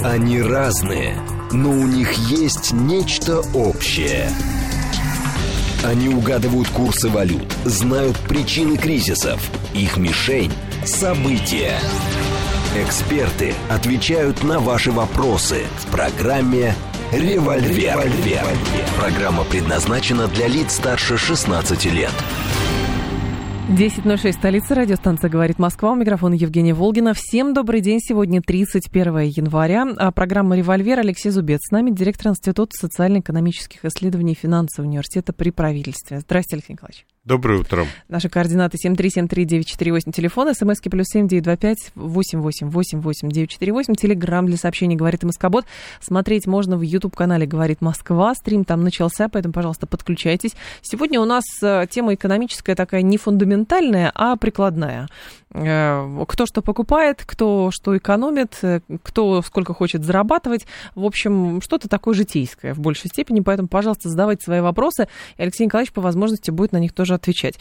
Они разные, но у них есть нечто общее. Они угадывают курсы валют, знают причины кризисов. Их мишень – события. Эксперты отвечают на ваши вопросы в программе «Револьвер». Программа предназначена для лиц старше 16 лет. 10:06, столица, радиостанция «Говорит Москва». У микрофона Евгения Волгина. Всем добрый день. Сегодня 31 января. Программа «Револьвер». Алексей Зубец с нами, директор Института социально-экономических исследований финансового университета при правительстве. Здравствуйте, Алексей Николаевич. Доброе утро. Наши координаты 7373948, телефон, смски +7 925 888 948, телеграм для сообщений «Говорит Москобот». Смотреть можно в YouTube-канале «Говорит Москва». Стрим там начался, поэтому, пожалуйста, подключайтесь. Сегодня у нас тема экономическая такая не фундаментальная, а прикладная. Кто что покупает, кто что экономит, кто сколько хочет зарабатывать. В общем, что-то такое житейское в большей степени. Поэтому, пожалуйста, задавайте свои вопросы. И Алексей Николаевич по возможности будет на них тоже отвечать.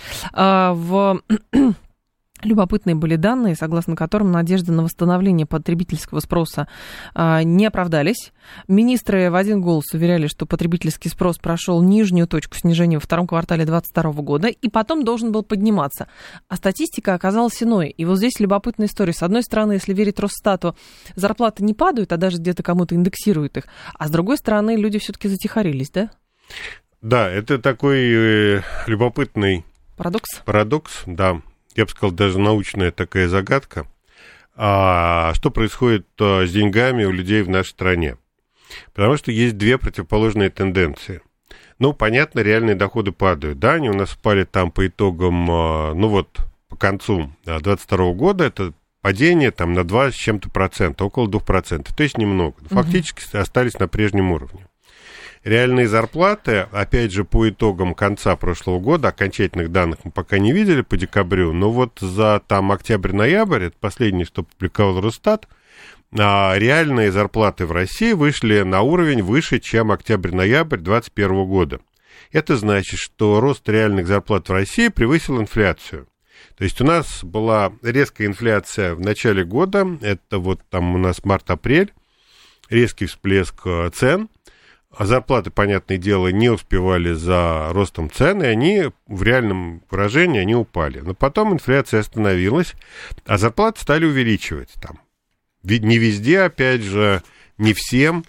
Любопытные были данные, согласно которым надежды на восстановление потребительского спроса не оправдались. Министры в один голос уверяли, что потребительский спрос прошел нижнюю точку снижения во втором квартале 2022 года и потом должен был подниматься. А статистика оказалась иной. И вот здесь любопытная история. С одной стороны, если верить Росстату, зарплаты не падают, а даже где-то кому-то индексируют их. А с другой стороны, люди все-таки затихарились, да? Да, это такой любопытный парадокс, да. Я бы сказал, даже научная такая загадка. Что происходит с деньгами у людей в нашей стране? Потому что есть две противоположные тенденции. Ну, понятно, реальные доходы падают. Да, они у нас упали там по итогам, по концу 2022 года. Это падение там на 2 с чем-то процента, около 2%. То есть немного. Фактически остались на прежнем уровне. Реальные зарплаты, опять же, по итогам конца прошлого года, окончательных данных мы пока не видели по декабрю, но вот за там октябрь-ноябрь, это последнее, что публиковал Росстат, реальные зарплаты в России вышли на уровень выше, чем октябрь-ноябрь 2021 года. Это значит, что рост реальных зарплат в России превысил инфляцию. То есть у нас была резкая инфляция в начале года, это вот там у нас март-апрель, резкий всплеск цен. А зарплаты, понятное дело, не успевали за ростом цен, и они в реальном выражении они упали. Но потом инфляция остановилась, а зарплаты стали увеличивать. Там. Не везде, опять же, не всем,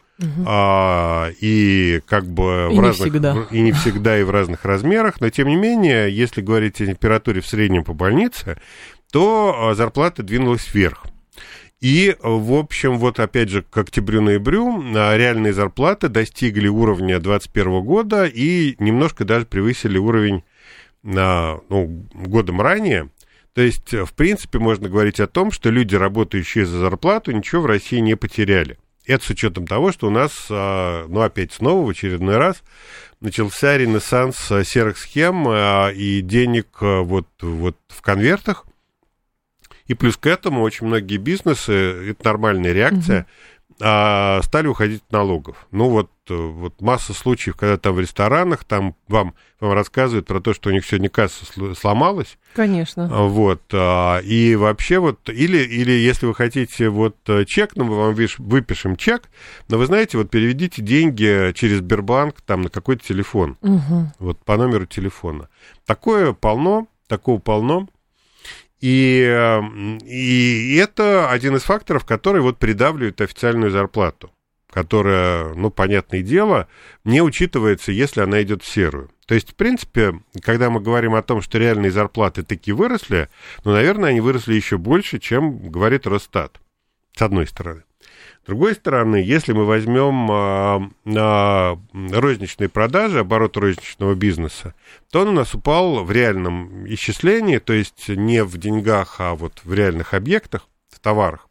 и как бы и не всегда и в разных размерах. Но, тем не менее, если говорить о температуре в среднем по больнице, то зарплата двинулась вверх. И, в общем, вот опять же, к октябрю-ноябрю реальные зарплаты достигли уровня 2021 года и немножко даже превысили уровень годом ранее. То есть, в принципе, можно говорить о том, что люди, работающие за зарплату, ничего в России не потеряли. Это с учетом того, что у нас, опять снова в очередной раз начался ренессанс серых схем и денег вот в конвертах. И плюс к этому очень многие бизнесы, это нормальная реакция, стали уходить от налогов. Ну вот масса случаев, когда там в ресторанах, там вам рассказывают про то, что у них сегодня касса сломалась. Конечно. Вот, и вообще вот, или если вы хотите вот чек, мы вам выпишем чек, но вы знаете, вот переведите деньги через Сбербанк там на какой-то телефон, вот по номеру телефона. Такого полно. И это один из факторов, который вот придавливает официальную зарплату, которая, понятное дело, не учитывается, если она идет в серую. То есть, в принципе, когда мы говорим о том, что реальные зарплаты таки выросли, наверное, они выросли еще больше, чем говорит Росстат, с одной стороны. С другой стороны, если мы возьмем розничные продажи, оборот розничного бизнеса, то он у нас упал в реальном исчислении, то есть не в деньгах, а вот в реальных объектах, в товарах,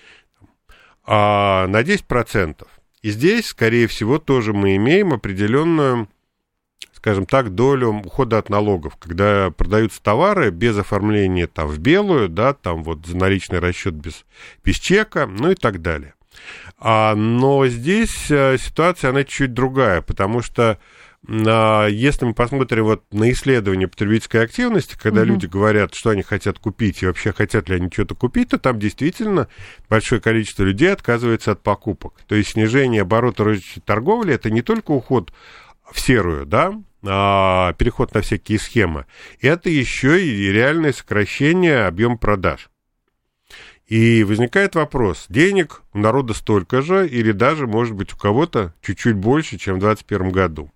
на 10%. И здесь, скорее всего, тоже мы имеем определенную, скажем так, долю ухода от налогов, когда продаются товары без оформления там в белую, да, там вот за наличный расчет без чека, и так далее. Но здесь ситуация, она чуть-чуть другая, потому что Если мы посмотрим вот на исследования потребительской активности, когда люди говорят, что они хотят купить и вообще хотят ли они что-то купить, то там действительно большое количество людей отказывается от покупок. То есть снижение оборота розничной торговли – это не только уход в серую, да, переход на всякие схемы, это еще и реальное сокращение объема продаж. И возникает вопрос, денег у народа столько же или даже, может быть, у кого-то чуть-чуть больше, чем в 2021 году.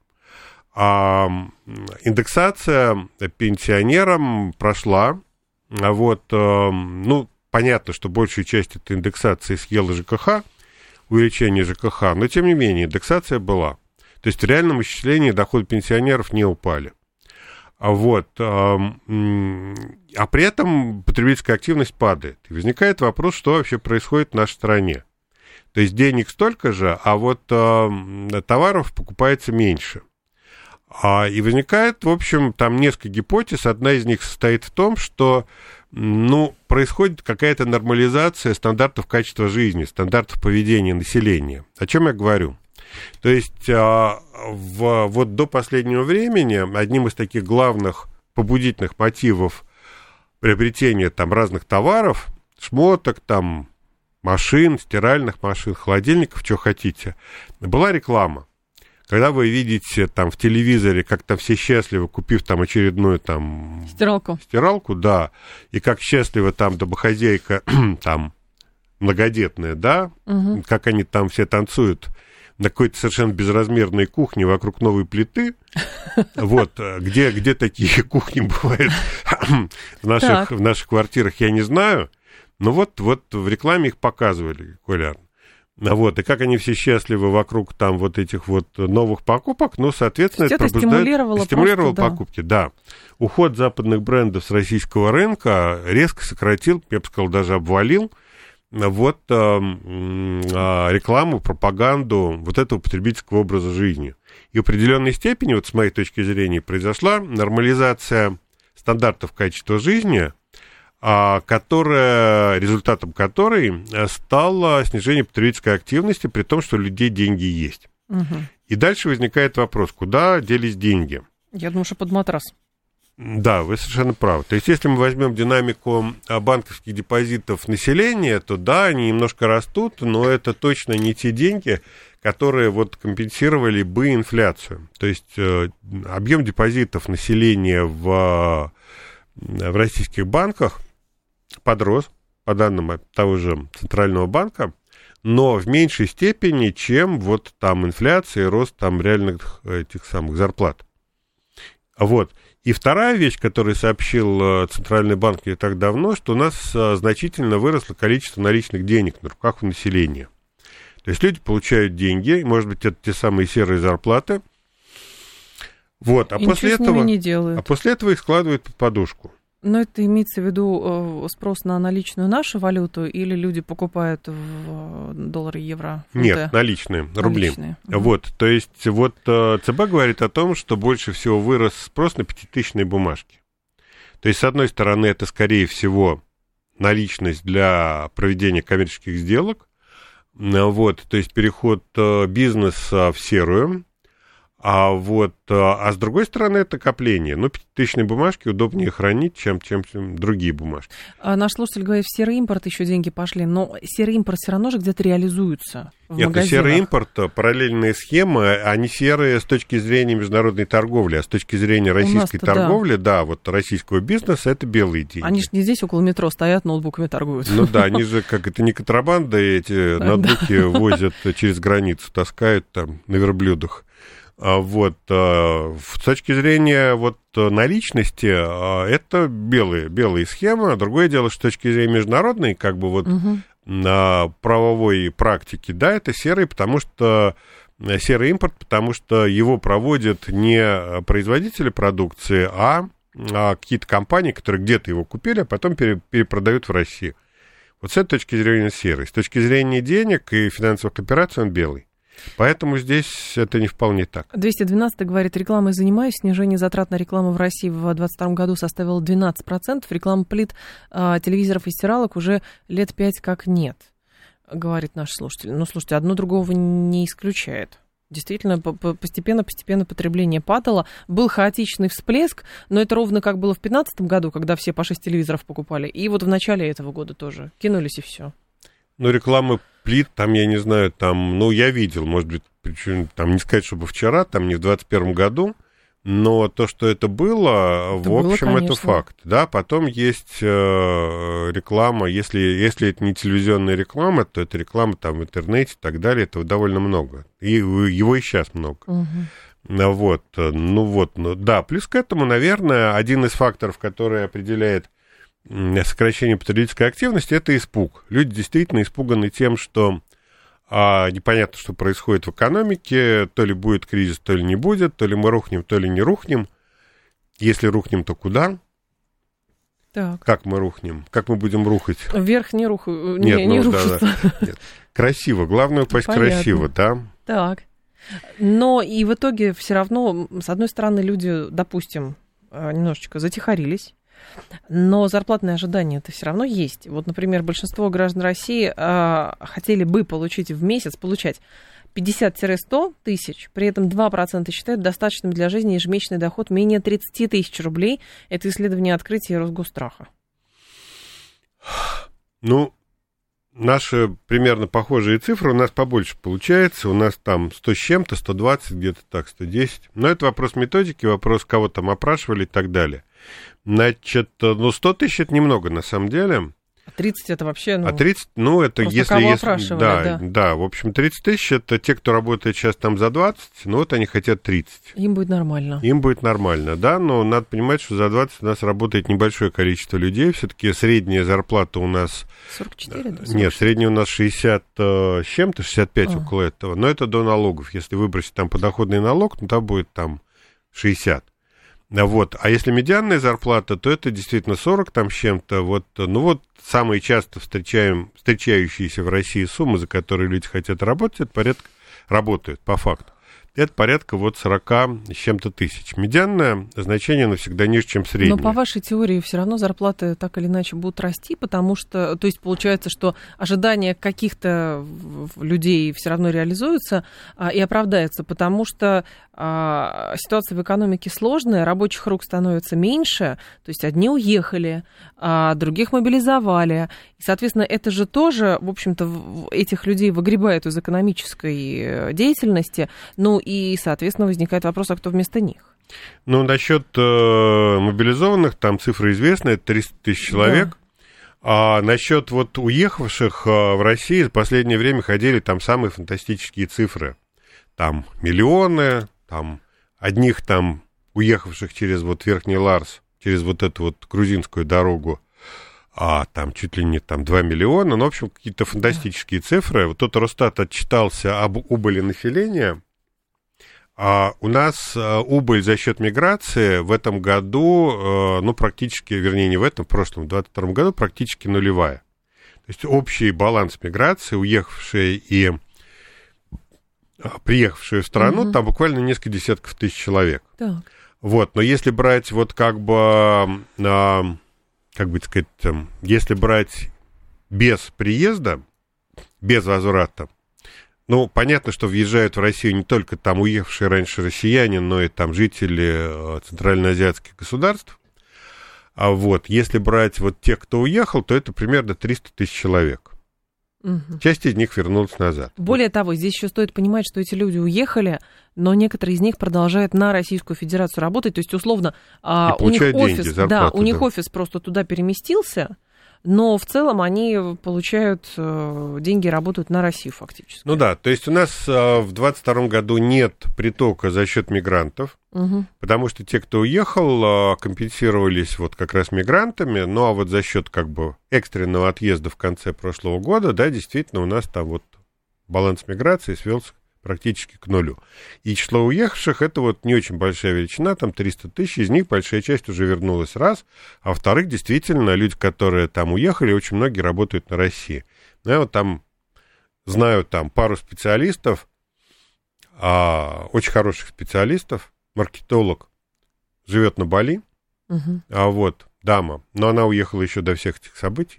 Индексация пенсионерам прошла. Вот, ну, понятно, что большую часть этой индексации съела ЖКХ, увеличение ЖКХ, но, тем не менее, индексация была. То есть в реальном исчислении доходы пенсионеров не упали. Вот. А при этом потребительская активность падает. И возникает вопрос, что вообще происходит в нашей стране. То есть денег столько же, а вот товаров покупается меньше. И возникает, в общем, там несколько гипотез. Одна из них состоит в том, что происходит какая-то нормализация стандартов качества жизни, стандартов поведения населения. О чем я говорю? То есть вот до последнего времени одним из таких главных побудительных мотивов приобретения там разных товаров, шмоток, там, машин, стиральных машин, холодильников, что хотите, была реклама. Когда вы видите там в телевизоре, как там все счастливы, купив там очередную там стиралку, да, и как счастлива там домохозяйка там многодетная, да, как они там все танцуют на какой-то совершенно безразмерной кухне вокруг новой плиты, вот, где такие кухни бывают в наших квартирах, я не знаю, но вот в рекламе их показывали регулярно. Вот, и как они все счастливы вокруг там вот этих вот новых покупок, соответственно, это стимулировало покупки, да. Уход западных брендов с российского рынка резко сократил, я бы сказал, даже обвалил вот рекламу, пропаганду вот этого потребительского образа жизни. И в определенной степени, вот с моей точки зрения, произошла нормализация стандартов качества жизни, результатом которой стало снижение потребительской активности, при том, что у людей деньги есть. И дальше возникает вопрос, куда делись деньги? Я думаю, что под матрас. Да, вы совершенно правы. То есть, если мы возьмем динамику банковских депозитов населения, то да, они немножко растут, но это точно не те деньги, которые вот компенсировали бы инфляцию. То есть, объем депозитов населения в российских банках подрос, по данным того же Центрального банка, но в меньшей степени, чем вот там инфляция и рост там реальных этих самых зарплат. Вот. И вторая вещь, которую сообщил Центральный банк не так давно, что у нас значительно выросло количество наличных денег на руках у населения. То есть люди получают деньги, может быть, это те самые серые зарплаты, вот, а после этого их складывают под подушку. Но это имеется в виду спрос на наличную нашу валюту или люди покупают в доллары, евро, фунты? Нет, наличные, рубли. Вот, то есть вот ЦБ говорит о том, что больше всего вырос спрос на пятитысячные бумажки. То есть, с одной стороны, это, скорее всего, наличность для проведения коммерческих сделок, вот, то есть переход бизнеса в серую. А с другой стороны, это копление. Пятитысячные бумажки удобнее хранить, чем другие бумажки. Наш слушатель говорит, в серый импорт еще деньги пошли, но серый импорт все равно же где-то реализуется в магазинах. Нет, серый импорт, параллельные схемы, они серые с точки зрения международной торговли, а с точки зрения российской торговли, да, вот российского бизнеса, это белые деньги. Они же не здесь около метро стоят, ноутбуками торгуют. Они же, это не контрабанда, эти ноутбуки возят через границу, таскают там на верблюдах. С точки зрения наличности, это белые схемы. Другое дело, что с точки зрения международной, правовой практики, да, это серый, серый импорт, потому что его проводят не производители продукции, а какие-то компании, которые где-то его купили, а потом перепродают в России. Вот с этой точки зрения серый. С точки зрения денег и финансовых операций он белый. Поэтому здесь это не вполне так. 212 говорит, рекламой занимаюсь. Снижение затрат на рекламу в России в 2022 году составило 12%. Реклама плит, телевизоров и стиралок уже лет 5 как нет, говорит наш слушатель. Слушайте, одно другого не исключает. Действительно, постепенно потребление падало. Был хаотичный всплеск, но это ровно как было в 2015 году, когда все по 6 телевизоров покупали. И вот в начале этого года тоже кинулись, и все. Ну, реклама плит, там, я не знаю, там, ну, я видел, может быть, причем, там, не сказать, чтобы вчера, там, не в 2021 году, но то, что это было, в общем, это факт. Да, потом есть реклама, если это не телевизионная реклама, то это реклама там в интернете и так далее, этого довольно много. И его и сейчас много. Вот, да, плюс к этому, наверное, один из факторов, который определяет сокращение потребительской активности, это испуг. Люди действительно испуганы тем, что непонятно, что происходит в экономике, то ли будет кризис, то ли не будет, то ли мы рухнем, то ли не рухнем. Если рухнем, то куда? Так. Как мы рухнем? Как мы будем рухать? Вверх не рухаться. Да. Нет. Красиво. Главное упасть красиво, да? Так. Но и в итоге все равно, с одной стороны, люди, допустим, немножечко затихарились, но зарплатные ожидания-то все равно есть. Вот, например, большинство граждан России хотели бы получать 50-100 тысяч, при этом 2% считают достаточным для жизни ежемесячный доход менее 30 тысяч рублей. Это исследование открытия Росгосстраха. Ну, наши примерно похожие цифры, у нас побольше получается, у нас там 100 с чем-то, 120, где-то так, 110. Но это вопрос методики, вопрос, кого там опрашивали и так далее. Значит, 100 тысяч это немного на самом деле. А 30 это вообще, А 30, это если... Да, в общем, 30 тысяч это те, кто работает сейчас там за 20, вот они хотят 30. Им будет нормально. Им будет нормально, да, но надо понимать, что за 20 у нас работает небольшое количество людей, все-таки средняя зарплата у нас... 44, да? 40? Нет, средняя у нас 60 с чем-то, 65 около этого, но это до налогов. Если выбросить там подоходный налог, там будет там 60. Вот. А если медианная зарплата, то это действительно 40 там с чем-то. Самые часто встречающиеся в России суммы, за которые люди хотят работать, это порядка, работают по факту. Это порядка 40 с чем-то тысяч. Медианное значение навсегда ниже, чем среднее. Но по вашей теории все равно зарплаты так или иначе будут расти, потому что, то есть получается, что ожидания каких-то людей все равно реализуются и оправдаются, потому что ситуация в экономике сложная, рабочих рук становится меньше, то есть одни уехали, а других мобилизовали. И, соответственно, это же тоже, в общем-то, этих людей выгребают из экономической деятельности, и, соответственно, возникает вопрос, а кто вместо них? Насчет мобилизованных, там цифра известная, это 300 тысяч человек. Да. А насчет уехавших в России в последнее время ходили там самые фантастические цифры. Там миллионы, там одних там уехавших через Верхний Ларс, через эту грузинскую дорогу, там чуть ли не 2 миллиона. В общем, какие-то фантастические цифры. Тот Росстат отчитался об убыли населения. У нас убыль за счет миграции в этом году, практически, вернее, не в этом, в прошлом, в 2022 году практически нулевая. То есть общий баланс миграции, уехавшие и приехавшие в страну, там буквально несколько десятков тысяч человек. Так. Но если брать если брать без приезда, без возврата, понятно, что въезжают в Россию не только там уехавшие раньше россияне, но и там жители центральноазиатских государств. Если брать тех, кто уехал, то это примерно 300 тысяч человек. Часть из них вернулась назад. Более того, здесь еще стоит понимать, что эти люди уехали, но некоторые из них продолжают на Российскую Федерацию работать. То есть, условно, у них офис, зарплату, у них офис просто туда переместился, но в целом они получают деньги, работают на Россию фактически. То есть у нас в 2022 году нет притока за счет мигрантов, потому что те, кто уехал, компенсировались как раз мигрантами, за счет экстренного отъезда в конце прошлого года, действительно у нас там баланс миграции свелся практически к нулю. И число уехавших, это не очень большая величина, там 300 тысяч, из них большая часть уже вернулась, раз, а во-вторых, действительно, люди, которые там уехали, очень многие работают на России. Я знаю пару специалистов, очень хороших специалистов, маркетолог, живет на Бали, дама, но она уехала еще до всех этих событий.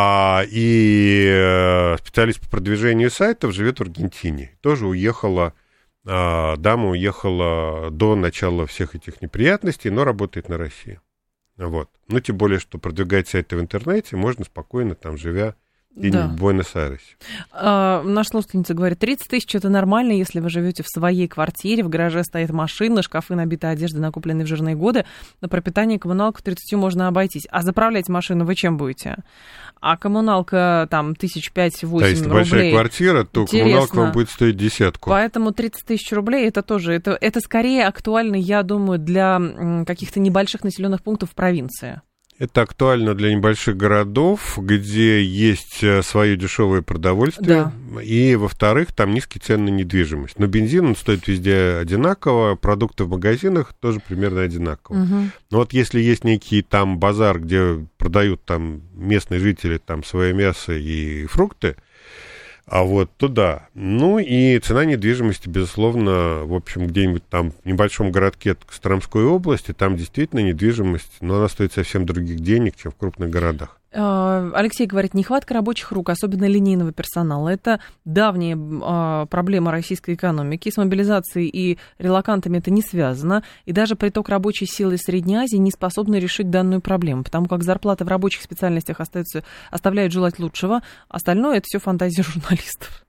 И специалист по продвижению сайтов живет в Аргентине. Тоже уехала дама уехала до начала всех этих неприятностей, но работает на России. Вот. Ну, тем более, что продвигать сайты в интернете можно спокойно, там, живя где-нибудь в Буэнос-Айресе. Наша слушательница говорит, 30 тысяч это нормально, если вы живете в своей квартире, в гараже стоит машина, шкафы набиты одеждой, накопленной в жирные годы, на пропитание и коммуналку 30 можно обойтись. А заправлять машину вы чем будете? А коммуналка там 5-8 рублей. Да, если большая квартира, то интересно. Коммуналка вам будет стоить 10. Поэтому 30 тысяч рублей это тоже, это скорее актуально, я думаю, для каких-то небольших населенных пунктов в провинции. Это актуально для небольших городов, где есть свое дешевое продовольствие. Да. И, во-вторых, там низкие цены на недвижимость. Но бензин, он стоит везде одинаково, продукты в магазинах тоже примерно одинаково. Угу. Но вот если есть некий там базар, где продают там местные жители там свое мясо и фрукты, то да. Ну и цена недвижимости, безусловно, в общем, где-нибудь там в небольшом городке Костромской области, там действительно недвижимость, но она стоит совсем других денег, чем в крупных городах. Алексей говорит, нехватка рабочих рук, особенно линейного персонала, это давняя проблема российской экономики. С мобилизацией и релокантами это не связано. И даже приток рабочей силы из Средней Азии не способны решить данную проблему, потому как зарплаты в рабочих специальностях оставляют желать лучшего. Остальное это все фантазия журналистов.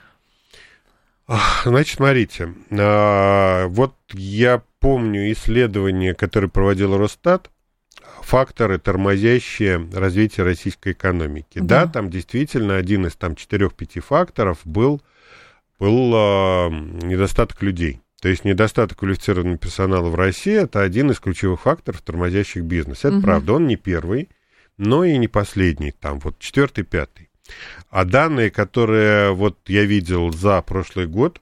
Значит, смотрите, вот я помню исследование, которое проводил Росстат, факторы, тормозящие развитие российской экономики. Да, там действительно один из 4-5 факторов был недостаток людей. То есть недостаток квалифицированного персонала в России – это один из ключевых факторов, тормозящих бизнес. Это правда, он не первый, но и не последний, там вот 4-й, 5-й. А данные, которые вот я видел за прошлый год,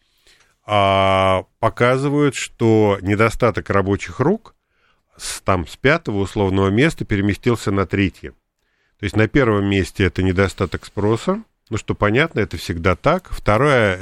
показывают, что недостаток рабочих рук с 5-го условного места переместился на 3-е. То есть на первом месте это недостаток спроса, ну что понятно, это всегда так. Вторая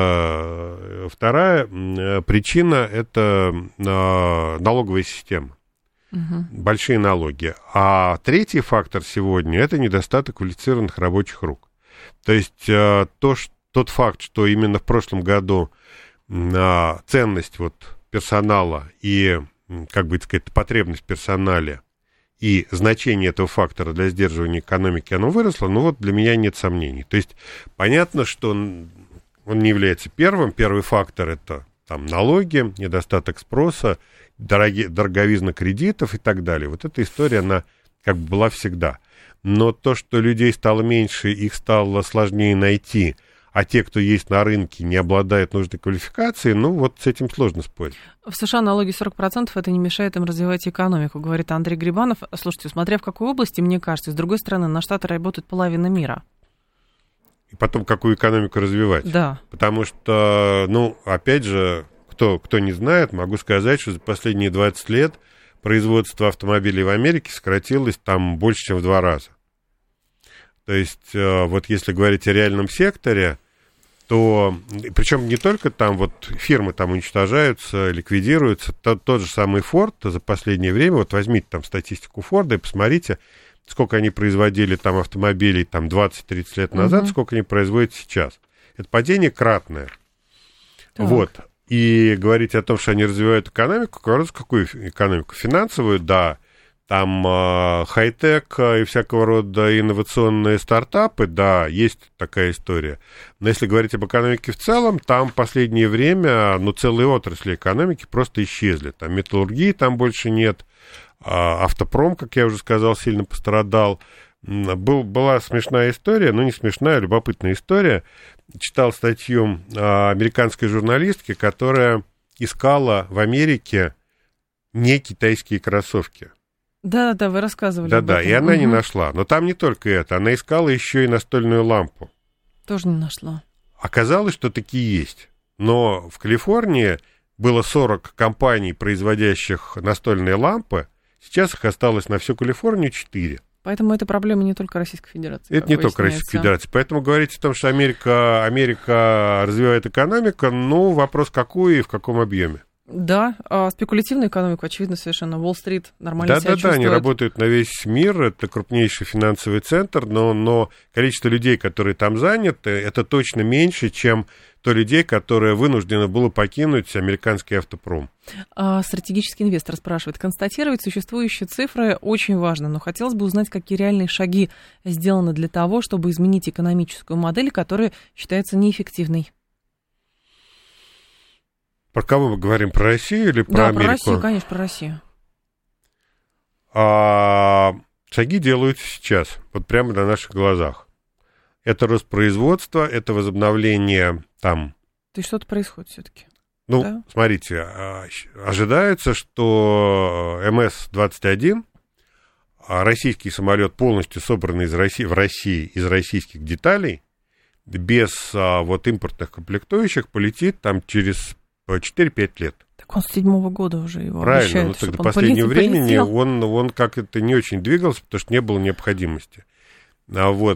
причина – это налоговая система. Большие налоги. А третий фактор сегодня – это недостаток квалифицированных рабочих рук. То есть тот факт, что именно в прошлом году ценность персонала и потребность в персонале и значение этого фактора для сдерживания экономики, оно выросло, но для меня нет сомнений. То есть понятно, что он не является первым. Первый фактор – это налоги, недостаток спроса, дороговизна кредитов и так далее. Вот эта история, она была всегда. Но то, что людей стало меньше, их стало сложнее найти, а те, кто есть на рынке, не обладают нужной квалификацией, с этим сложно спорить. В США налоги 40%, это не мешает им развивать экономику, говорит Андрей Грибанов. Слушайте, смотря в какой области, мне кажется, с другой стороны, на Штаты работает половина мира. И потом, какую экономику развивать. Да. Потому что, опять же, кто не знает, могу сказать, что за последние 20 лет производство автомобилей в Америке сократилось больше, чем в 2 раза. То есть, если говорить о реальном секторе, то, причем не только фирмы уничтожаются, ликвидируются, тот же самый Ford за последнее время, возьмите статистику Форда и посмотрите, сколько они производили автомобилей 20-30 лет назад, сколько они производят сейчас. Это падение кратное. Так. И говорить о том, что они развивают экономику, какую экономику? Финансовую, да. Там хай-тек и всякого рода инновационные стартапы, да, есть такая история. Но если говорить об экономике в целом, там в последнее время, целые отрасли экономики просто исчезли. Там металлургии там больше нет, автопром, как я уже сказал, сильно пострадал. Была смешная история, не смешная, а любопытная история. Читал статью американской журналистки, которая искала в Америке не китайские кроссовки. Да, вы рассказывали. Да, и она не нашла. Но там не только это. Она искала еще и настольную лампу. Тоже не нашла. Оказалось, что такие есть. Но в Калифорнии было 40 компаний, производящих настольные лампы. Сейчас их осталось на всю Калифорнию 4. Поэтому это проблема не только Российской Федерации. Это не только Российской Федерации. Поэтому говорить о том, что Америка развивает экономику, вопрос какую и в каком объеме. Да, спекулятивную экономику, очевидно, совершенно. Уолл-стрит нормально себя чувствует. Да, они работают на весь мир, это крупнейший финансовый центр, но количество людей, которые там заняты, это точно меньше, чем то людей, которые вынуждены было покинуть американский автопром. Стратегический инвестор спрашивает, констатировать существующие цифры очень важно, но хотелось бы узнать, какие реальные шаги сделаны для того, чтобы изменить экономическую модель, которая считается неэффективной. Про кого мы говорим? Про Россию или про Америку? Да, про Россию, конечно, про Россию. Шаги делаются сейчас, вот прямо на наших глазах. Это рост производства, это возобновление там... То есть что-то происходит все-таки? Ну, да? Смотрите, ожидается, что МС-21, российский самолет, полностью собранный в России из российских деталей, без вот импортных комплектующих, полетит там через 4-5 лет. Так он с 7-го года уже его правильно, обещают, но до последнего времени он как-то не очень двигался, потому что не было необходимости. Вот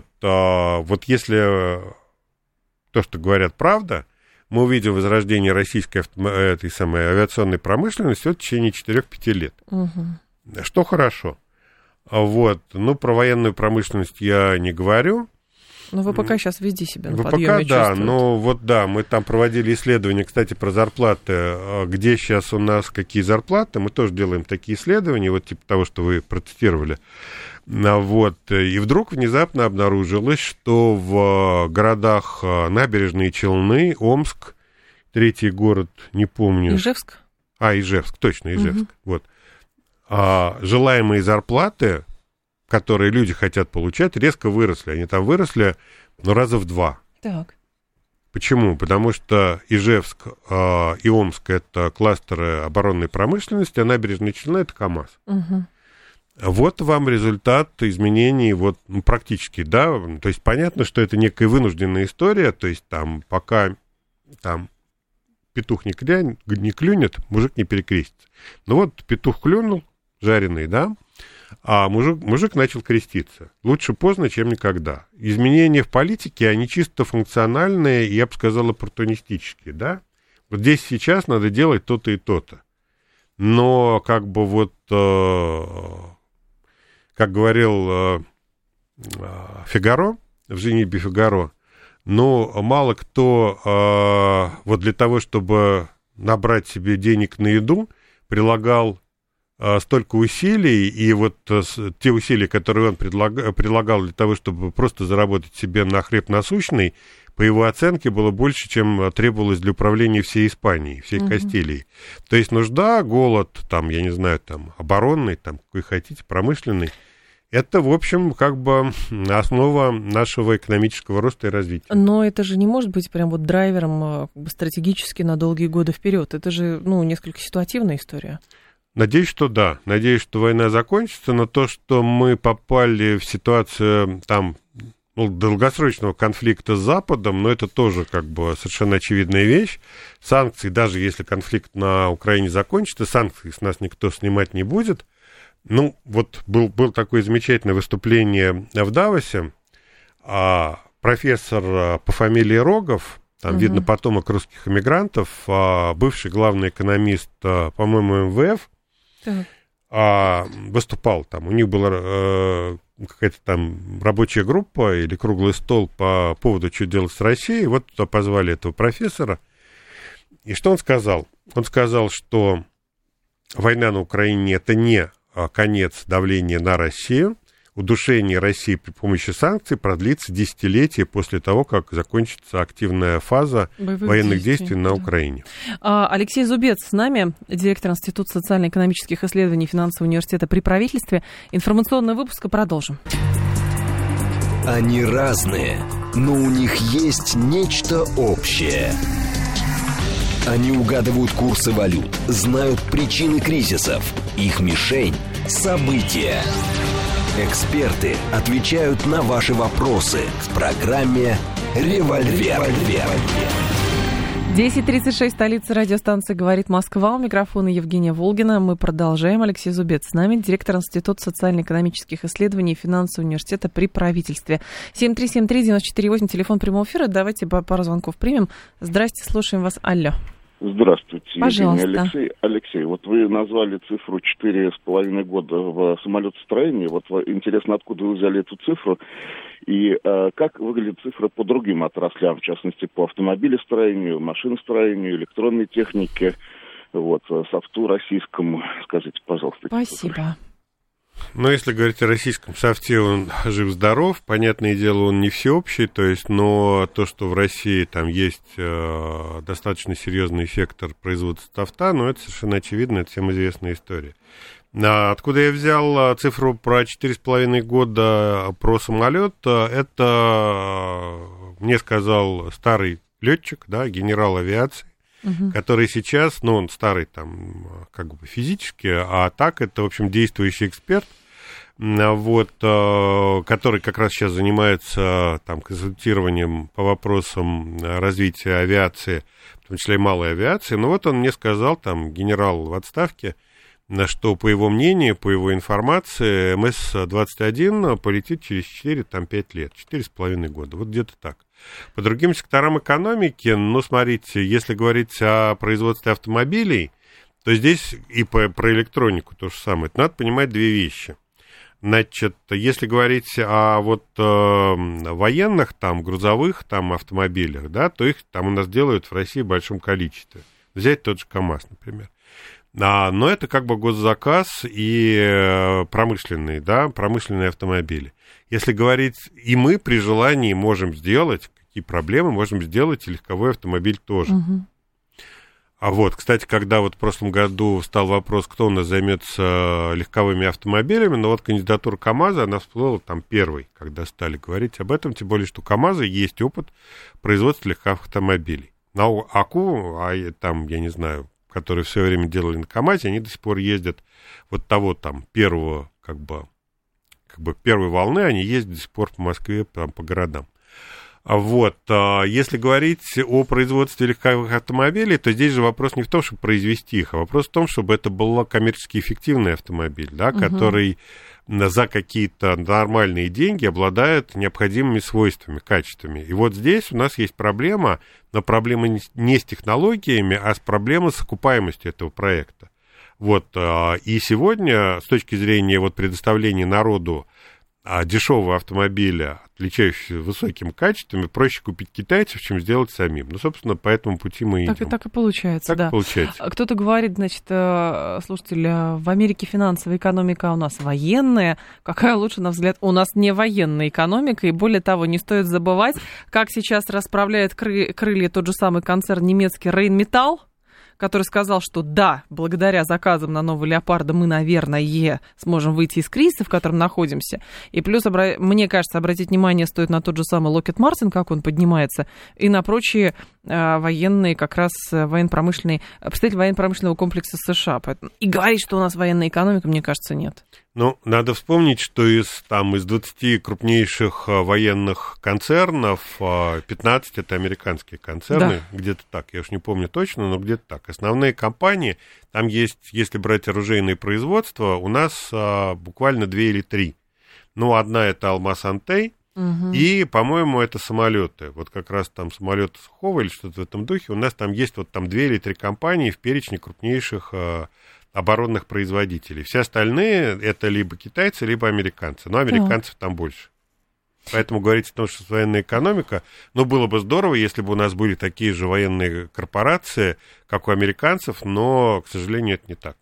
если то, что говорят, правда, мы увидим возрождение российской этой самой авиационной промышленности в течение 4-5 лет. Угу. Что хорошо. Вот. Ну, про военную промышленность я не говорю. Ну, ВПК сейчас везде себя на ВПК, подъеме чувствует. но вот да, мы там проводили исследования, кстати, про зарплаты, где сейчас у нас какие зарплаты, мы тоже делаем такие исследования, вот типа того, что вы процитировали. Вот, и вдруг внезапно обнаружилось, что в городах Набережные Челны, Омск, третий город, не помню. Ижевск? Ижевск, точно, Ижевск, вот. Желаемые зарплаты, которые люди хотят получать, резко выросли. Они там выросли, раза в 2. Так. Почему? Потому что Ижевск и Омск – это кластеры оборонной промышленности, а Набережные Челны – это КАМАЗ. Угу. Вот вам результат изменений вот, практически, да, то есть понятно, что это некая вынужденная история, то есть там пока там петух не клюнет, мужик не перекрестится. Ну вот петух клюнул, жареный, да, а мужик начал креститься. Лучше поздно, чем никогда. Изменения в политике, они чисто функциональные, я бы сказал, оппортунистические, да. Вот здесь сейчас надо делать то-то и то-то. Но как бы вот, как говорил Фигаро, в «Женитьбе Фигаро», но мало кто вот для того, чтобы набрать себе денег на еду, прилагал столько усилий, и вот те усилия, которые он прилагал для того, чтобы просто заработать себе на хлеб насущный, по его оценке, было больше, чем требовалось для управления всей Испанией, всей Кастилией. То есть нужда, голод, там, я не знаю, там, оборонный, там, какой хотите, промышленный, это, в общем, как бы основа нашего экономического роста и развития. Но это же не может быть прям вот драйвером как бы стратегически на долгие годы вперед. Это же, несколько ситуативная история. Надеюсь, что да. Надеюсь, что война закончится, но то, что мы попали в ситуацию там долгосрочного конфликта с Западом, это тоже как бы совершенно очевидная вещь. Санкции, даже если конфликт на Украине закончится, санкции с нас никто снимать не будет. Вот был такое замечательное выступление в Давосе. Профессор по фамилии Рогов, там видно потомок русских эмигрантов, бывший главный экономист, по-моему, МВФ, выступал там. У них была какая-то там рабочая группа или круглый стол по поводу, что делать с Россией. Вот туда позвали этого профессора. И что он сказал? Он сказал, что война на Украине – это не конец давления на Россию. Удушение России при помощи санкций продлится десятилетия после того, как закончится активная фаза военных действий на Украине. Алексей Зубец с нами, директор Института социально-экономических исследований Финансового университета при правительстве. Информационный выпуск, и продолжим. Они разные, но у них есть нечто общее. Они угадывают курсы валют, знают причины кризисов. Их мишень – события. Эксперты отвечают на ваши вопросы в программе «Револьвер». 10:36, столица радиостанции «Говорит Москва». У микрофона Евгения Волгина. Мы продолжаем. Алексей Зубец с нами, директор Института социально-экономических исследований Финансового университета при правительстве. 7373948, телефон прямого эфира. Давайте пару звонков примем. Здрасте, слушаем вас. Алло. Здравствуйте, пожалуйста. Евгений. Алексей, вот вы назвали цифру 4,5 года в самолетостроении. Вот интересно, откуда вы взяли эту цифру и как выглядит цифра по другим отраслям, в частности, по автомобилестроению, машиностроению, электронной технике, вот, софту российскому. Скажите, пожалуйста. Спасибо. Ну, если говорить о российском софте, он жив-здоров. Понятное дело, он не всеобщий, то есть, но то, что в России там есть достаточно серьезный сектор производства софта, ну, это совершенно очевидно, это всем известная история. Откуда я взял цифру про 4,5 года про самолет, это мне сказал старый летчик, да, генерал авиации, который сейчас, ну, он старый там как бы физически, а так это, в общем, действующий эксперт, вот, который как раз сейчас занимается там консультированием по вопросам развития авиации, в том числе и малой авиации. Ну, вот он мне сказал, там, генерал в отставке, что, по его мнению, по его информации, МС-21 полетит через 4-5 лет, 4,5 года, вот где-то так. По другим секторам экономики, ну, смотрите, если говорить о производстве автомобилей, то здесь и про электронику то же самое. Это надо понимать две вещи. Значит, если говорить о вот военных, там, грузовых там, автомобилях, да, то их там у нас делают в России в большом количестве. Взять тот же КАМАЗ, например. Но это как бы госзаказ и промышленные, да, промышленные автомобили. Если говорить, и мы при желании можем сделать, какие проблемы, можем сделать и легковой автомобиль тоже. А вот, кстати, когда вот в прошлом году встал вопрос, кто у нас займется легковыми автомобилями, но вот кандидатура КАМАЗа, она всплыла там первой, когда стали говорить об этом, тем более, что у КАМАЗа есть опыт производства легковых автомобилей. На АКУ, там, я не знаю, которые все время делали на КАМАЗе, они до сих пор ездят вот того там первого, как бы первой волны, они ездят до сих пор по Москве, там, по городам. Вот, если говорить о производстве легковых автомобилей, то здесь же вопрос не в том, чтобы произвести их, а вопрос в том, чтобы это был коммерчески эффективный автомобиль, да, который за какие-то нормальные деньги обладает необходимыми свойствами, качествами. И вот здесь у нас есть проблема, но проблема не с технологиями, а с проблемой с окупаемостью этого проекта. Вот, и сегодня, с точки зрения вот предоставления народу дешевого автомобиля, отличающегося высокими качествами, проще купить китайцев, чем сделать самим. Ну, собственно, по этому пути мы идем. Так и получается, так да. И получается. Кто-то говорит, значит, слушатель, в Америке финансовая экономика, а у нас военная. Какая лучше, на взгляд? У нас не военная экономика, и более того, не стоит забывать, как сейчас расправляет крылья тот же самый концерн немецкий Rheinmetall, который сказал, что да, благодаря заказам на нового «Леопарда» мы, наверное, сможем выйти из кризиса, в котором находимся. И плюс, мне кажется, обратить внимание стоит на тот же самый Lockheed Martin, как он поднимается, и на прочие военные, как раз военно-промышленные, представители военно-промышленного комплекса США. И говорить, что у нас военная экономика, мне кажется, нет. Ну, надо вспомнить, что из 20 крупнейших военных концернов 15 это американские концерны, да. Где-то так, я уж не помню точно, но где-то так. Основные компании, там есть, если брать оружейное производство, у нас буквально 2 или 3. Ну, одна это Алмаз-Антей, и, по-моему, это самолеты. Вот как раз там самолеты Сухого или что-то в этом духе. У нас там есть вот там 2 или 3 компании в перечне крупнейших оборонных производителей. Все остальные это либо китайцы, либо американцы. Но американцев там больше. Поэтому говорить о том, что военная экономика, ну, было бы здорово, если бы у нас были такие же военные корпорации, как у американцев, но, к сожалению, это не так.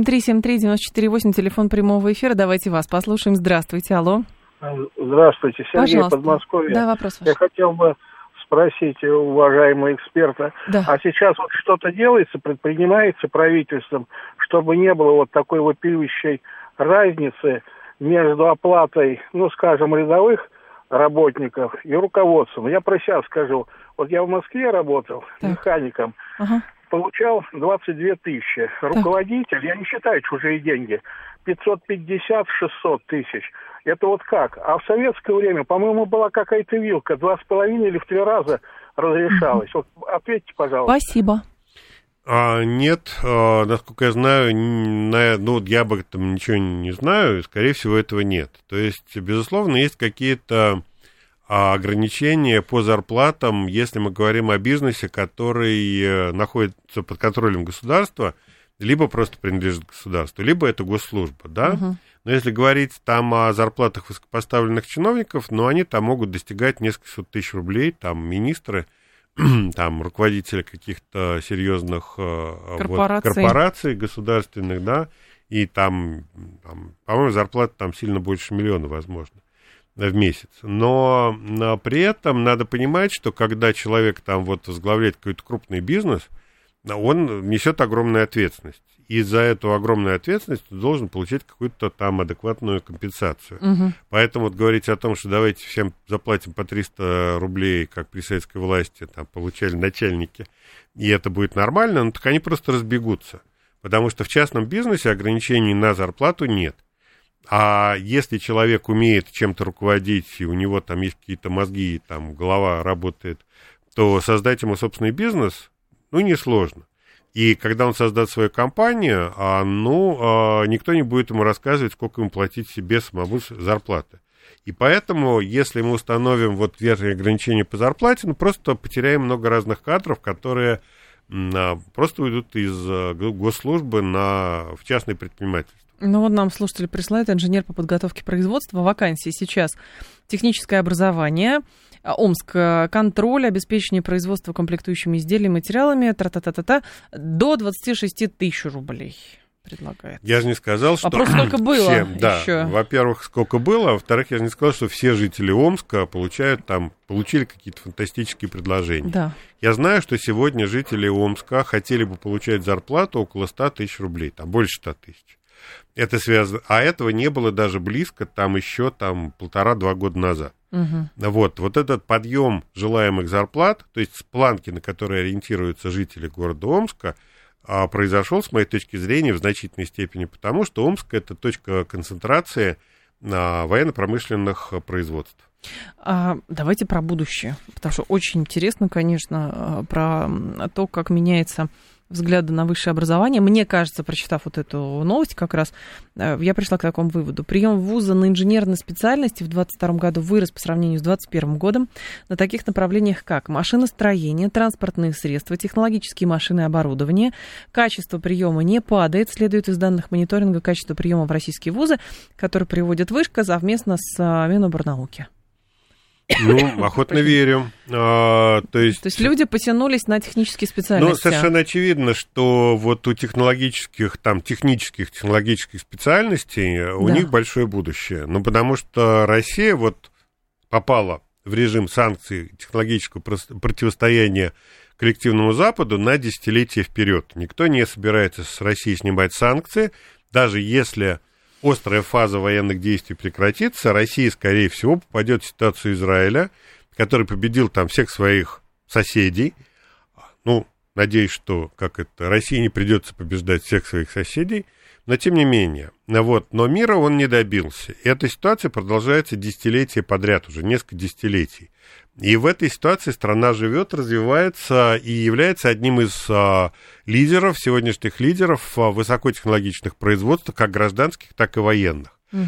7373948, телефон прямого эфира. Давайте вас послушаем. Здравствуйте, алло. Здравствуйте, Сергей, пожалуйста. Подмосковье. Да, вопрос ваш. Я хотел бы спросить уважаемого эксперта, да. А сейчас вот что-то делается, предпринимается правительством, чтобы не было вот такой вопиющей разницы между оплатой, ну, скажем, рядовых работников и руководством. Я про себя скажу. Вот я в Москве работал механиком, получал 22 тысячи. Руководитель, я не считаю чужие деньги, 550-600 тысяч. Это вот как? А в советское время, по-моему, была какая-то вилка, 2,5 или в 3 раза разрешалась. Вот ответьте, пожалуйста. Спасибо. Нет, насколько я знаю, ну, я об этом ничего не знаю, скорее всего, этого нет. То есть, безусловно, есть какие-то ограничения по зарплатам, если мы говорим о бизнесе, который находится под контролем государства, либо просто принадлежит государству, либо это госслужба, да? Но если говорить там о зарплатах высокопоставленных чиновников, они там могут достигать нескольких сот тысяч рублей, там министры, там руководители каких-то серьезных корпораций государственных, да, и там, по-моему, зарплата там сильно больше миллиона, возможно, в месяц. Но при этом надо понимать, что когда человек там вот возглавляет какой-то крупный бизнес, он несет огромную ответственность. И за эту огромную ответственность он должен получать какую-то там адекватную компенсацию. Поэтому вот говорить о том, что давайте всем заплатим по 300 рублей, как при советской власти там получали начальники, и это будет нормально, так они просто разбегутся. Потому что в частном бизнесе ограничений на зарплату нет. А если человек умеет чем-то руководить, и у него там есть какие-то мозги, там голова работает, то создать ему собственный бизнес, несложно. И когда он создаст свою компанию, никто не будет ему рассказывать, сколько ему платить себе самому зарплаты. И поэтому, если мы установим вот верхние ограничения по зарплате, просто потеряем много разных кадров, которые просто уйдут из госслужбы в частное предпринимательство. Нам слушатели присылают: инженер по подготовке производства, вакансии сейчас: техническое образование, Омск, контроль, обеспечение производства комплектующими изделиями, материалами, до 26 тысяч рублей предлагает. Я же не сказал, что... Вопрос, сколько было еще. Во-первых, сколько было, а во-вторых, я же не сказал, что все жители Омска получили какие-то фантастические предложения. Да. Я знаю, что сегодня жители Омска хотели бы получать зарплату около 100 тысяч рублей, больше 100 тысяч. Это связано, а этого не было даже близко еще 1,5-2 года назад. Вот этот подъем желаемых зарплат, то есть с планки, на которые ориентируются жители города Омска, произошел, с моей точки зрения, в значительной степени потому, что Омск — это точка концентрации военно-промышленных производств. Давайте про будущее, потому что очень интересно, конечно, про то, как меняется взгляды на высшее образование. Мне кажется, прочитав вот эту новость как раз, я пришла к такому выводу. Прием в вузы на инженерной специальности в 2022 году вырос по сравнению с 2021 годом на таких направлениях, как машиностроение, транспортные средства, технологические машины и оборудование. Качество приема не падает, следует из данных мониторинга качества приема в российские вузы, который приводит Вышка совместно с Миноборнауки. Охотно верю. То есть люди потянулись на технические специальности. Совершенно очевидно, что вот у технических специальностей у них большое будущее. Потому что Россия попала в режим санкций технологического противостояния коллективному Западу на десятилетия вперед. Никто не собирается с России снимать санкции, даже если острая фаза военных действий прекратится, Россия, скорее всего, попадет в ситуацию Израиля, который победил там всех своих соседей. Надеюсь, что России не придется побеждать всех своих соседей, но тем не менее. Но мира он не добился. И эта ситуация продолжается десятилетия подряд, уже несколько десятилетий. И в этой ситуации страна живет, развивается и является одним из сегодняшних лидеров высокотехнологичных производств, как гражданских, так и военных.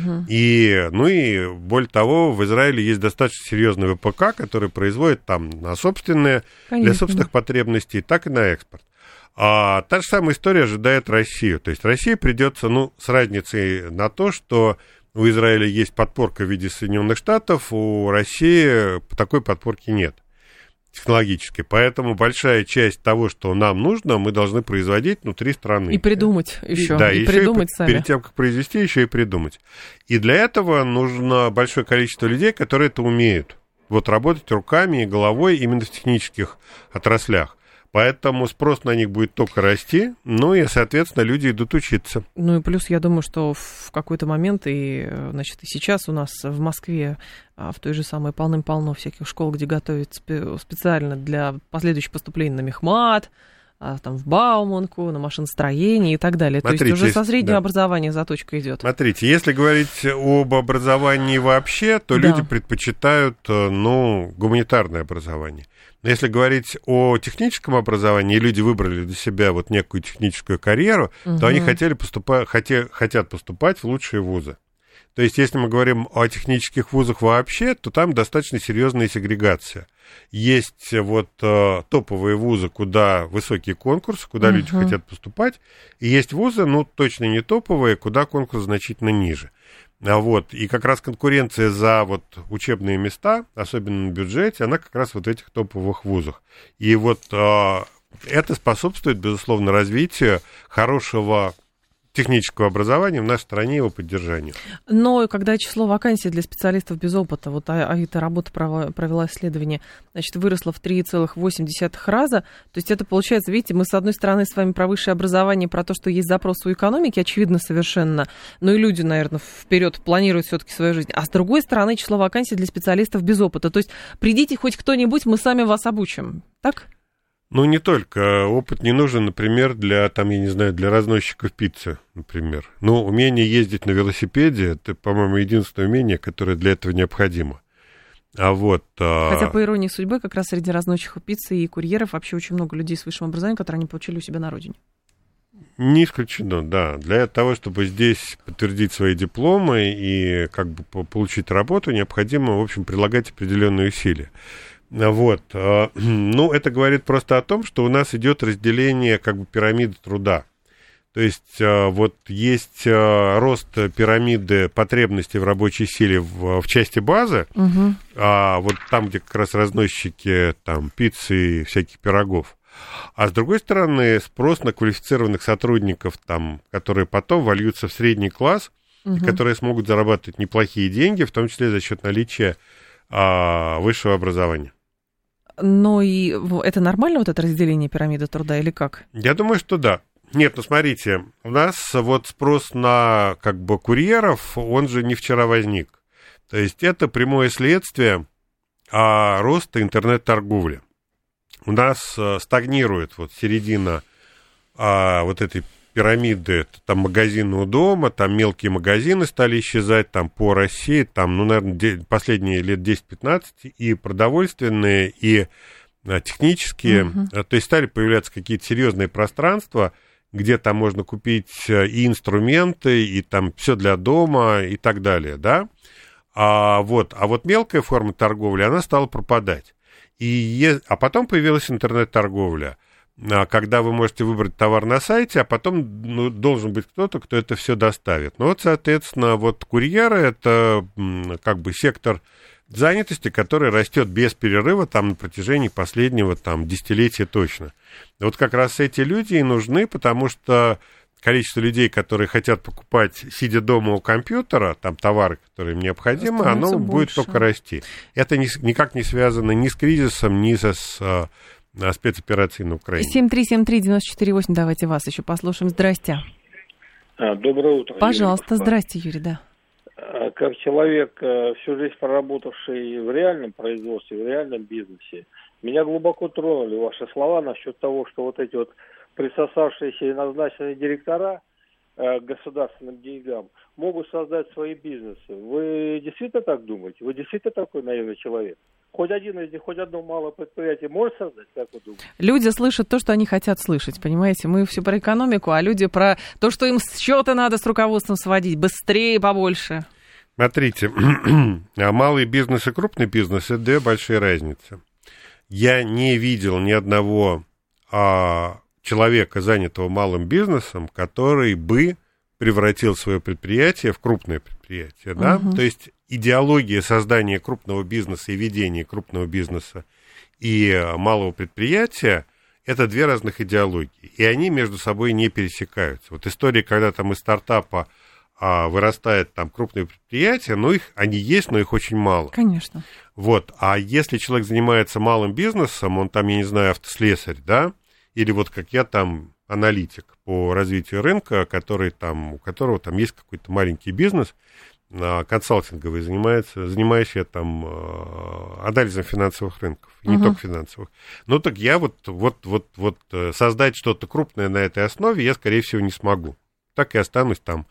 И более того, в Израиле есть достаточно серьезный ВПК, который производит для собственных потребностей, так и на экспорт. Та же самая история ожидает Россию. То есть России придется, с разницей на то, что у Израиля есть подпорка в виде Соединенных Штатов, у России такой подпорки нет технологической. Поэтому большая часть того, что нам нужно, мы должны производить внутри страны. И придумать еще. Да, и еще придумать сами. Перед тем, как произвести, еще и придумать. И для этого нужно большое количество людей, которые это умеют. Работать руками и головой именно в технических отраслях. Поэтому спрос на них будет только расти, и, соответственно, люди идут учиться. И плюс, я думаю, что в какой-то момент, и сейчас у нас в Москве в той же самой полным-полно всяких школ, где готовят специально для последующих поступлений на мехмат, в Бауманку, на машиностроение и так далее. Смотрите, то есть уже со среднего образования заточка идет. Смотрите, если говорить об образовании вообще, то люди предпочитают, гуманитарное образование. Но если говорить о техническом образовании, и люди выбрали для себя некую техническую карьеру, то они хотят поступать в лучшие вузы. То есть, если мы говорим о технических вузах вообще, то там достаточно серьезная сегрегация. Есть вот топовые вузы, куда высокие конкурсы, куда люди хотят поступать, и есть вузы, ну, точно не топовые, куда конкурс значительно ниже. Вот. И как раз конкуренция за вот учебные места, особенно на бюджете, она как раз вот в этих топовых вузах. И вот это способствует, безусловно, развитию хорошего технического образования в нашей стране, его поддержанию. Но когда число вакансий для специалистов без опыта, вот эта работа провела исследование, значит, выросло в 3,8 раза, то есть это получается, видите, мы с одной стороны с вами про высшее образование, про то, что есть запрос у экономики, очевидно совершенно, но и люди, наверное, вперед планируют все-таки свою жизнь, а с другой стороны число вакансий для специалистов без опыта, то есть придите хоть кто-нибудь, мы сами вас обучим, так? Ну, не только. Опыт не нужен, например, для, там, я не знаю, для разносчиков пиццы, например. Ну, умение ездить на велосипеде, это, по-моему, единственное умение, которое для этого необходимо. Хотя, по иронии судьбы, как раз среди разносчиков пиццы и курьеров вообще очень много людей с высшим образованием, которые они получили у себя на родине. Не исключено, да. Для того, чтобы здесь подтвердить свои дипломы и как бы получить работу, необходимо, в общем, прилагать определенные усилия. Вот. Ну, это говорит просто о том, что у нас идет разделение как бы пирамиды труда. То есть вот есть рост пирамиды потребностей в рабочей силе в части базы, вот там, где как раз разносчики там, пиццы и всяких пирогов. А с другой стороны, спрос на квалифицированных сотрудников, там, которые потом вольются в средний класс, и которые смогут зарабатывать неплохие деньги, в том числе за счет наличия высшего образования. Но и это нормально, вот это разделение пирамиды труда, или как? Я думаю, что да. Нет, ну смотрите, у нас вот спрос на как бы курьеров, он же не вчера возник. То есть это прямое следствие роста интернет-торговли. У нас стагнирует вот середина вот этой пирамиды, там магазины у дома, там мелкие магазины стали исчезать, там по России, там, ну, наверное, последние лет 10-15, и продовольственные, и технические, то есть стали появляться какие-то серьезные пространства, где там можно купить и инструменты, и там все для дома, и так далее, да, а вот мелкая форма торговли, она стала пропадать, а потом появилась интернет-торговля, когда вы можете выбрать товар на сайте, а потом должен быть кто-то, кто это все доставит. Ну вот, соответственно, вот курьеры — это как бы сектор занятости, который растет без перерыва там на протяжении последнего там десятилетия точно. Вот как раз эти люди и нужны, потому что количество людей, которые хотят покупать, сидя дома у компьютера, там товары, которые им необходимы, оно будет только расти. Это никак не связано ни с кризисом, ни с спецоперации на Украине. 7373948, давайте вас еще послушаем. Здрасте. Доброе утро. Пожалуйста, Юрий, здрасте, Юрий, да. Как человек, всю жизнь проработавший в реальном производстве, в реальном бизнесе, меня глубоко тронули ваши слова насчет того, что вот эти вот присосавшиеся и назначенные директора к государственным деньгам могут создать свои бизнесы. Вы действительно так думаете? Вы действительно такой наивный человек? Хоть один из них, хоть одно малое предприятие может создать, как вы думаете? Люди слышат то, что они хотят слышать, понимаете? Мы все про экономику, а люди про то, что им счеты надо с руководством сводить, быстрее, побольше. Смотрите, малый бизнес и крупный бизнес – это две большие разницы. Я не видел ни одного человека, занятого малым бизнесом, который бы превратил свое предприятие в крупное предприятие, да? То есть идеология создания крупного бизнеса и ведения крупного бизнеса и малого предприятия – это две разных идеологии, и они между собой не пересекаются. Вот история, когда там из стартапа вырастает там крупное предприятие, ну, они есть, но их очень мало. Конечно. Вот, а если человек занимается малым бизнесом, он там, я не знаю, автослесарь, да, или вот как я там аналитик по развитию рынка, у которого там есть какой-то маленький бизнес, консалтинговый, занимающийся там анализом финансовых рынков, и не только финансовых. Ну, так я вот создать что-то крупное на этой основе я, скорее всего, не смогу. Так и останусь там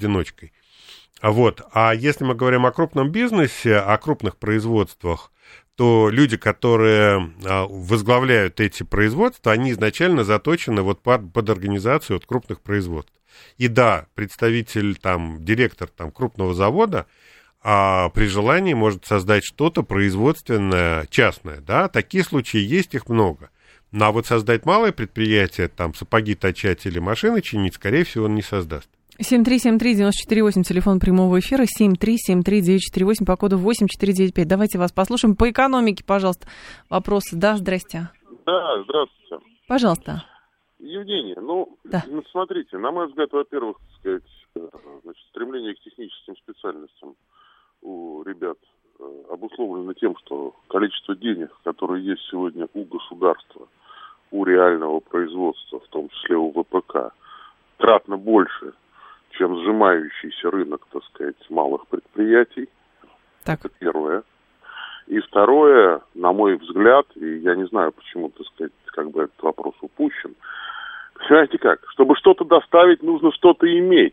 кустарем-одиночкой. А если мы говорим о крупном бизнесе, о крупных производствах, что люди, которые возглавляют эти производства, они изначально заточены вот под организацию вот крупных производств. И да, представитель, там, директор там, крупного завода при желании может создать что-то производственное, частное. Да? Такие случаи есть, их много. Но вот создать малое предприятие, там, сапоги точать или машины чинить, скорее всего, он не создаст. 7373948, телефон прямого эфира, 7373948, по коду 8495. Давайте вас послушаем. По экономике, пожалуйста, вопросы. Да, здрасте. Да, здравствуйте. Пожалуйста. Евгений, да. Смотрите, на мой взгляд, во-первых, так сказать, стремление к техническим специальностям у ребят обусловлено тем, что количество денег, которые есть сегодня у государства, у реального производства, в том числе у ВПК, кратно больше, чем сжимающийся рынок, так сказать, малых предприятий. Так. Это первое. И второе, на мой взгляд, и я не знаю, почему, так сказать, как бы этот вопрос упущен. Знаете как? Чтобы что-то доставить, нужно что-то иметь.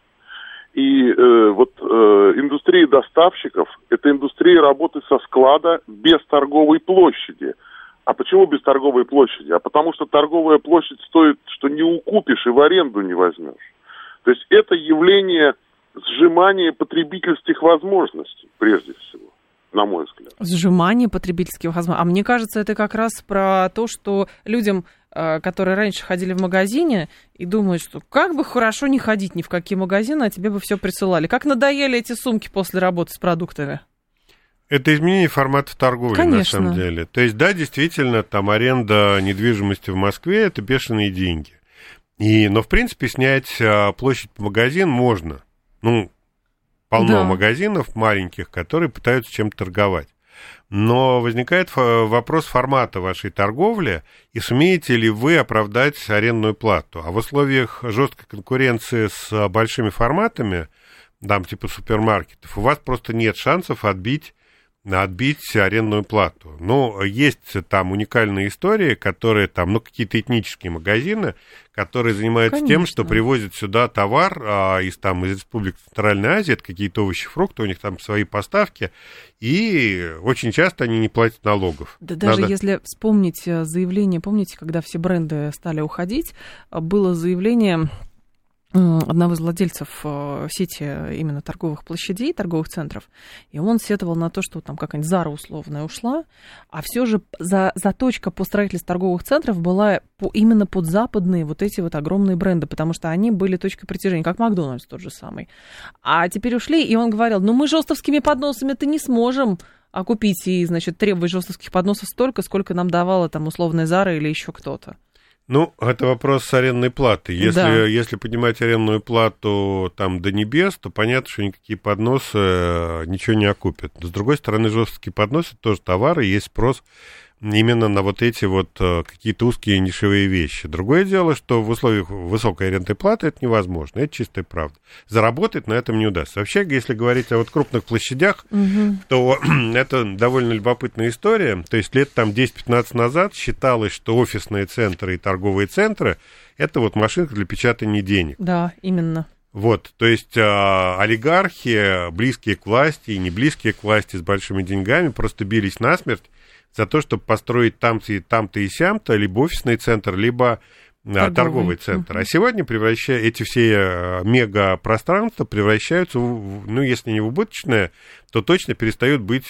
И индустрия доставщиков – это индустрия работы со склада без торговой площади. А почему без торговой площади? А потому что торговая площадь стоит, что не укупишь и в аренду не возьмешь. То есть это явление сжимания потребительских возможностей, прежде всего, на мой взгляд. Сжимание потребительских возможностей. А мне кажется, это как раз про то, что людям, которые раньше ходили в магазине и думают, что как бы хорошо не ходить ни в какие магазины, а тебе бы все присылали. Как надоели эти сумки после работы с продуктами? Это изменение формата торговли, конечно, на самом деле. То есть, да, действительно, там аренда недвижимости в Москве – это бешеные деньги. Но, в принципе, снять площадь по магазин можно. Полно магазинов маленьких, которые пытаются чем-то торговать. Но возникает вопрос формата вашей торговли, и сумеете ли вы оправдать арендную плату. А в условиях жесткой конкуренции с большими форматами, там типа супермаркетов, у вас просто нет шансов отбить арендную плату. Есть там уникальные истории, которые там, какие-то этнические магазины, которые занимаются тем, что привозят сюда товар из Республики Центральной Азии, это какие-то овощи, фрукты, у них там свои поставки, и очень часто они не платят налогов. Да даже если вспомнить заявление, помните, когда все бренды стали уходить, было заявление одного из владельцев сети именно торговых площадей, торговых центров, и он сетовал на то, что там какая-нибудь Зара условная ушла, а все же заточка по строительству торговых центров была именно под западные вот эти вот огромные бренды, потому что они были точкой притяжения, как Макдональдс тот же самый. А теперь ушли, и он говорил, мы жестовскими подносами-то не сможем окупить и, требовать жестовских подносов столько, сколько нам давала там условная Зара или еще кто-то. Это вопрос с арендной платы. Если поднимать арендную плату там до небес, то понятно, что никакие подносы ничего не окупят. Но, с другой стороны, жесткие подносы тоже товары, есть спрос именно на вот эти вот какие-то узкие нишевые вещи. Другое дело, что в условиях высокой арендной платы это невозможно, это чистая правда. Заработать на этом не удастся. Вообще, если говорить о крупных площадях, то это довольно любопытная история. То есть лет 10-15 назад считалось, что офисные центры и торговые центры – это машинка для печатания денег. Да, именно. То есть олигархи, близкие к власти и не близкие к власти с большими деньгами, просто бились насмерть за то, чтобы построить там-то и сям-то либо офисный центр, либо торговый центр. А сегодня эти все мегапространства превращаются, если не в убыточное, то точно перестают быть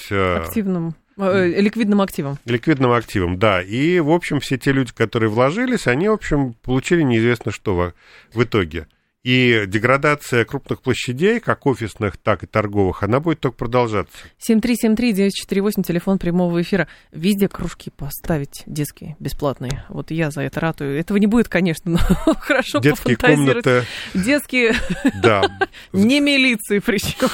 ликвидным активом. Ликвидным активом, да. И, в общем, все те люди, которые вложились, они, в общем, получили неизвестно что в итоге. И деградация крупных площадей, как офисных, так и торговых, она будет только продолжаться. 7373948, телефон прямого эфира. Везде кружки поставить детские, бесплатные. Я за это ратую. Этого не будет, конечно, но хорошо детские пофантазировать. Комнаты. Детские, да. Не милиции причем.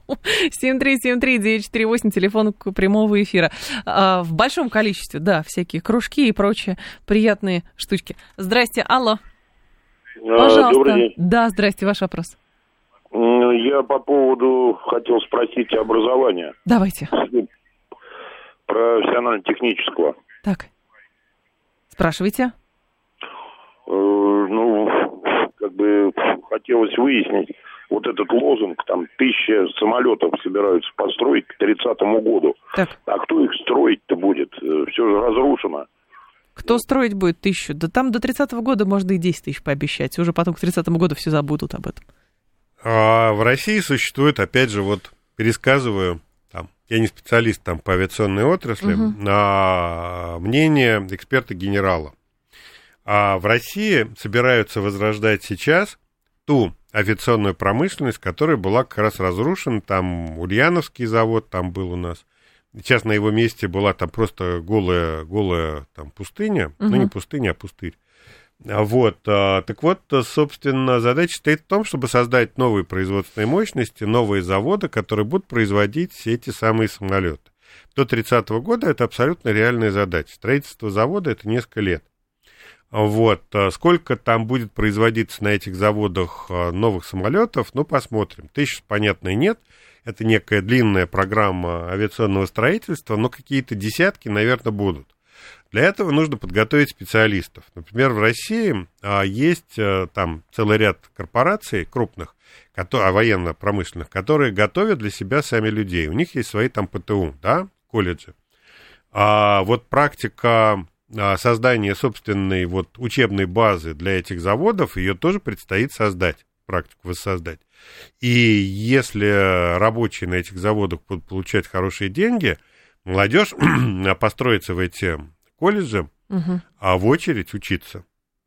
7373948, телефон прямого эфира. В большом количестве, да, всякие кружки и прочие приятные штучки. Здрасте, алло. Пожалуйста. Добрый день. Да, здрасте, ваш вопрос. Я по поводу хотел спросить образования. Давайте. Профессионально-технического. Так. Спрашивайте. Хотелось выяснить, вот этот лозунг, там 1000 самолетов собираются построить к 30-му году. Так. А кто их строить-то будет? Все же разрушено. Кто строить будет 1000? Да там до 30-го года можно и 10 тысяч пообещать. Уже потом к 30-му году все забудут об этом. А в России существует, опять же, вот пересказываю, там, я не специалист там по авиационной отрасли, а мнение эксперта-генерала. А в России собираются возрождать сейчас ту авиационную промышленность, которая была как раз разрушена. Там Ульяновский завод там был у нас. Сейчас на его месте была там просто голая там пустыня. Ну, не пустыня, а пустырь. Вот. Так вот, собственно, задача стоит в том, чтобы создать новые производственные мощности, новые заводы, которые будут производить все эти самые самолеты. До 30-го года это абсолютно реальная задача. Строительство завода — это несколько лет. Вот. Сколько там будет производиться на этих заводах новых самолетов, ну, посмотрим. 1000, понятно, нет. Это некая длинная программа авиационного строительства, но какие-то десятки, наверное, будут. Для этого нужно подготовить специалистов. Например, в России есть там целый ряд корпораций крупных, военно-промышленных, которые готовят для себя сами людей. У них есть свои там ПТУ, да, колледжи. А вот практика создания собственной вот учебной базы для этих заводов, ее тоже предстоит создать, практику воссоздать. И если рабочие на этих заводах будут получать хорошие деньги, молодежь построится в эти колледжи, а в очередь учиться.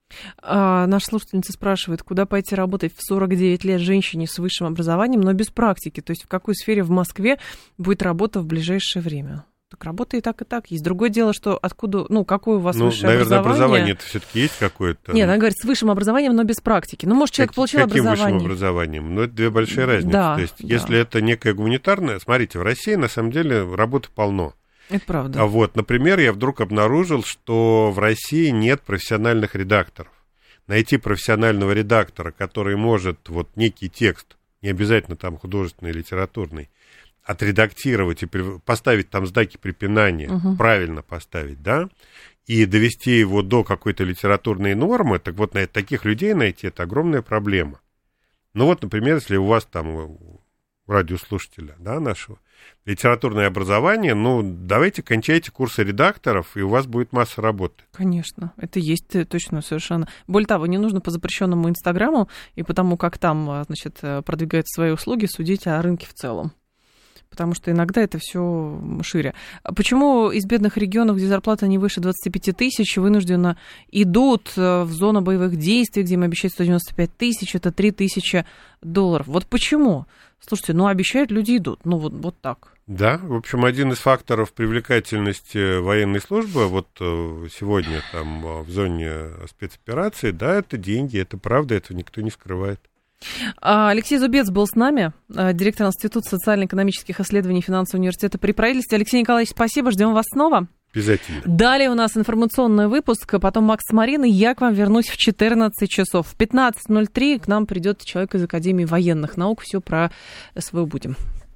Наша слушательница спрашивает, куда пойти работать в 49 лет женщине с высшим образованием, но без практики? То есть в какой сфере в Москве будет работа в ближайшее время? Так работа и так есть. Другое дело, что откуда, какое у вас высшее наверное, образование? Образование-то все-таки есть какое-то? Нет, она говорит, с высшим образованием, но без практики. Ну, может, человек получил образование. Каким высшим образованием? Ну, это две большие разницы. Да, то есть, если это некое гуманитарное, смотрите, в России, на самом деле, работы полно. Это правда. Вот, например, я вдруг обнаружил, что в России нет профессиональных редакторов. Найти профессионального редактора, который может вот некий текст, не обязательно там художественный, литературный, отредактировать и поставить там знаки препинания, правильно поставить, да, и довести его до какой-то литературной нормы, так вот таких людей найти — это огромная проблема. Ну вот, например, если у вас там радиослушателя, да, нашего, литературное образование, давайте кончайте курсы редакторов, и у вас будет масса работы. Конечно, это есть точно совершенно. Более того, не нужно по запрещенному Инстаграму и потому, как там, значит, продвигают свои услуги, судить о рынке в целом. Потому что иногда это все шире. Почему из бедных регионов, где зарплата не выше 25 тысяч, вынужденно идут в зону боевых действий, где им обещают 195 тысяч, это $3000? Вот почему? Слушайте, обещают, люди идут. Вот так. Да, в общем, один из факторов привлекательности военной службы вот сегодня там в зоне спецоперации, да, это деньги, это правда, этого никто не скрывает. Алексей Зубец был с нами, директор Института социально-экономических исследований Финансового университета при правительстве. Алексей Николаевич, спасибо, ждем вас снова. Обязательно. Далее у нас информационный выпуск, потом Макс с Мариной. Я к вам вернусь в 14 часов. В 15:03 к нам придет человек из Академии военных наук. Все про СВО будем.